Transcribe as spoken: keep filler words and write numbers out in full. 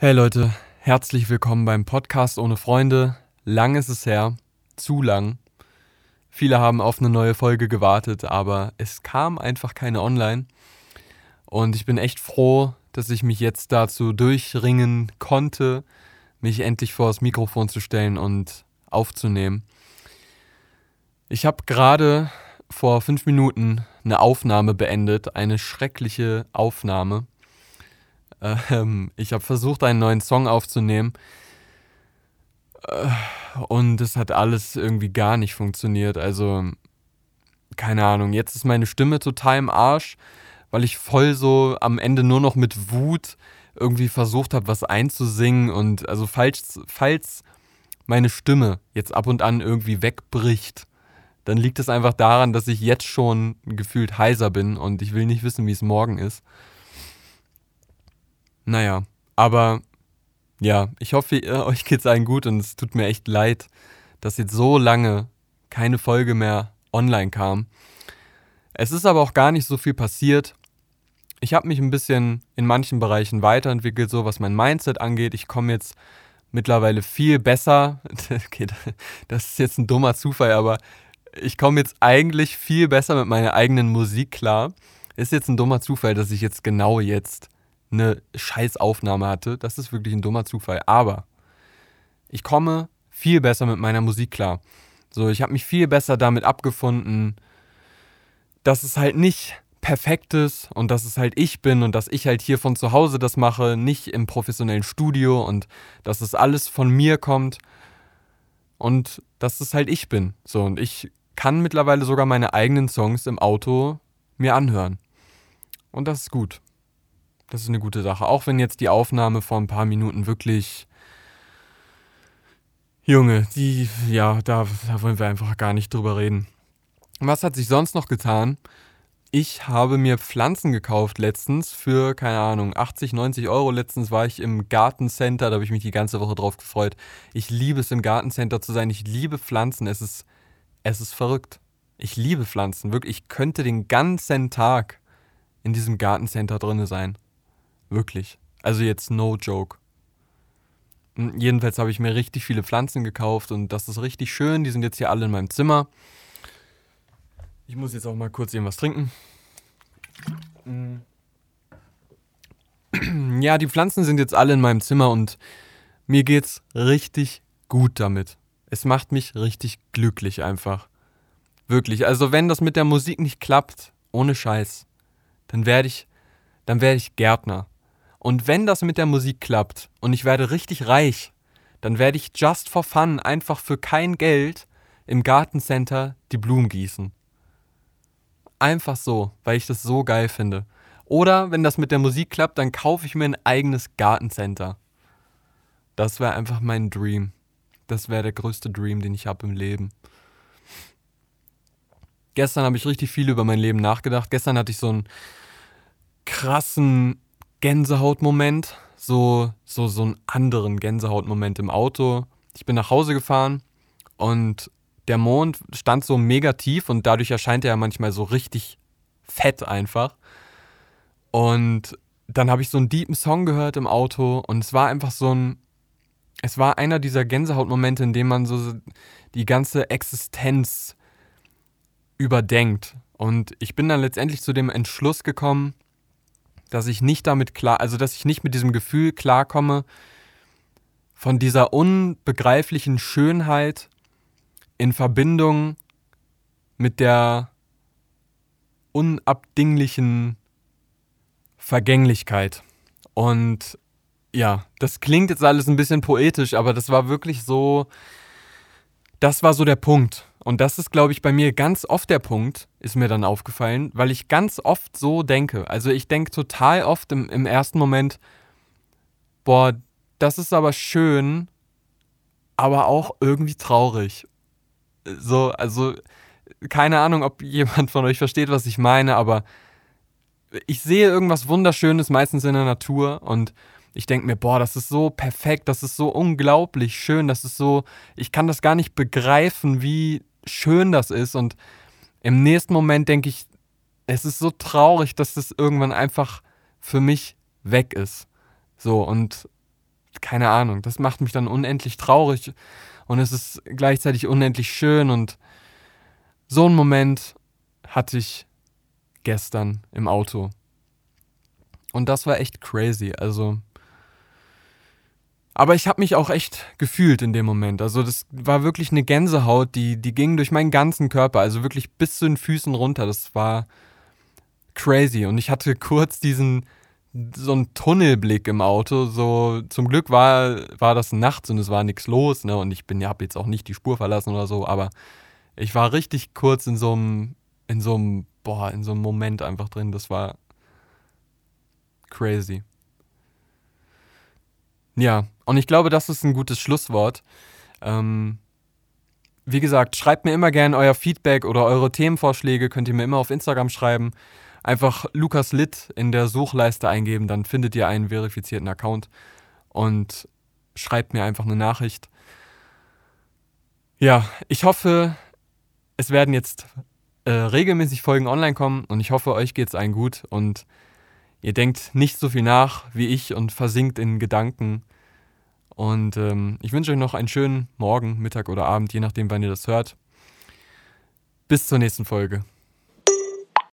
Hey Leute, herzlich willkommen beim Podcast ohne Freunde. Lang ist es her, zu lang. Viele haben auf eine neue Folge gewartet, aber es kam einfach keine online. Und ich bin echt froh, dass ich mich jetzt dazu durchringen konnte, mich endlich vor das Mikrofon zu stellen und aufzunehmen. Ich habe gerade vor fünf Minuten eine Aufnahme beendet, eine schreckliche Aufnahme. Ähm, ich habe versucht, einen neuen Song aufzunehmen äh, und es hat alles irgendwie gar nicht funktioniert. Also, keine Ahnung, jetzt ist meine Stimme total im Arsch, weil ich voll so am Ende nur noch mit Wut irgendwie versucht habe, was einzusingen. Und also falls, falls meine Stimme jetzt ab und an irgendwie wegbricht, dann liegt es einfach daran, dass ich jetzt schon gefühlt heiser bin und ich will nicht wissen, wie es morgen ist. Naja, aber ja, ich hoffe, ihr, euch geht's allen gut und es tut mir echt leid, dass jetzt so lange keine Folge mehr online kam. Es ist aber auch gar nicht so viel passiert. Ich habe mich ein bisschen in manchen Bereichen weiterentwickelt, so was mein Mindset angeht. Ich komme jetzt mittlerweile viel besser. Okay, das ist jetzt ein dummer Zufall, aber ich komme jetzt eigentlich viel besser mit meiner eigenen Musik klar. Ist jetzt ein dummer Zufall, dass ich jetzt genau jetzt eine Scheißaufnahme hatte. Das ist wirklich ein dummer Zufall. Aber ich komme viel besser mit meiner Musik klar. So, ich habe mich viel besser damit abgefunden, dass es halt nicht perfekt ist und dass es halt ich bin und dass ich halt hier von zu Hause das mache, nicht im professionellen Studio und dass es alles von mir kommt und dass es halt ich bin. So, und ich kann mittlerweile sogar meine eigenen Songs im Auto mir anhören. Und das ist gut. Das ist eine gute Sache. Auch wenn jetzt die Aufnahme vor ein paar Minuten wirklich... Junge, die... Ja, da, da wollen wir einfach gar nicht drüber reden. Was hat sich sonst noch getan? Ich habe mir Pflanzen gekauft letztens für, keine Ahnung, achtzig, neunzig Euro. Letztens war ich im Gartencenter, da habe ich mich die ganze Woche drauf gefreut. Ich liebe es, im Gartencenter zu sein. Ich liebe Pflanzen. Es ist, es ist verrückt. Ich liebe Pflanzen. Wirklich, ich könnte den ganzen Tag in diesem Gartencenter drin sein. Wirklich. Also jetzt no joke. Jedenfalls habe ich mir richtig viele Pflanzen gekauft und das ist richtig schön. Die sind jetzt hier alle in meinem Zimmer. Ich muss jetzt auch mal kurz irgendwas trinken. Ja, die Pflanzen sind jetzt alle in meinem Zimmer und mir geht's richtig gut damit. Es macht mich richtig glücklich einfach. Wirklich. Also wenn das mit der Musik nicht klappt, ohne Scheiß, dann werde ich, dann werde ich Gärtner. Und wenn das mit der Musik klappt und ich werde richtig reich, dann werde ich just for fun einfach für kein Geld im Gartencenter die Blumen gießen. Einfach so, weil ich das so geil finde. Oder wenn das mit der Musik klappt, dann kaufe ich mir ein eigenes Gartencenter. Das wäre einfach mein Dream. Das wäre der größte Dream, den ich habe im Leben. Gestern habe ich richtig viel über mein Leben nachgedacht. Gestern hatte ich so einen krassen Gänsehautmoment, so, so, so einen anderen Gänsehautmoment im Auto. Ich bin nach Hause gefahren und der Mond stand so mega tief und dadurch erscheint er ja manchmal so richtig fett einfach. Und dann habe ich so einen deepen Song gehört im Auto und es war einfach so ein, es war einer dieser Gänsehautmomente, in dem man so die ganze Existenz überdenkt. Und ich bin dann letztendlich zu dem Entschluss gekommen, dass ich nicht damit klar, also dass ich nicht mit diesem Gefühl klarkomme, von dieser unbegreiflichen Schönheit in Verbindung mit der unabdinglichen Vergänglichkeit. Und ja, das klingt jetzt alles ein bisschen poetisch, aber das war wirklich so, das war so der Punkt. Und das ist, glaube ich, bei mir ganz oft der Punkt, ist mir dann aufgefallen, weil ich ganz oft so denke. Also ich denke total oft im, im ersten Moment, boah, das ist aber schön, aber auch irgendwie traurig. So, also keine Ahnung, ob jemand von euch versteht, was ich meine, aber ich sehe irgendwas Wunderschönes, meistens in der Natur und ich denke mir, boah, das ist so perfekt, das ist so unglaublich schön, das ist so, ich kann das gar nicht begreifen, wie schön das ist und im nächsten Moment denke ich, es ist so traurig, dass das irgendwann einfach für mich weg ist. So, und keine Ahnung, das macht mich dann unendlich traurig und es ist gleichzeitig unendlich schön und so einen Moment hatte ich gestern im Auto. Und das war echt crazy, also. Aber ich habe mich auch echt gefühlt in dem Moment. Also das war wirklich eine Gänsehaut, die, die ging durch meinen ganzen Körper, also wirklich bis zu den Füßen runter. Das war crazy. Und ich hatte kurz diesen, so einen Tunnelblick im Auto. So, zum Glück war, war das nachts und es war nichts los, ne? Und ich bin ja, habe jetzt auch nicht die Spur verlassen oder so, aber ich war richtig kurz in so einem, in so einem, boah, in so einem Moment einfach drin. Das war crazy. Ja, und ich glaube, das ist ein gutes Schlusswort. Ähm, wie gesagt, schreibt mir immer gerne euer Feedback oder eure Themenvorschläge, könnt ihr mir immer auf Instagram schreiben. Einfach Lukas Litt in der Suchleiste eingeben, dann findet ihr einen verifizierten Account und schreibt mir einfach eine Nachricht. Ja, ich hoffe, es werden jetzt äh, regelmäßig Folgen online kommen und ich hoffe, euch geht's allen gut und ihr denkt nicht so viel nach wie ich und versinkt in Gedanken. Und ähm, ich wünsche euch noch einen schönen Morgen, Mittag oder Abend, je nachdem, wann ihr das hört. Bis zur nächsten Folge.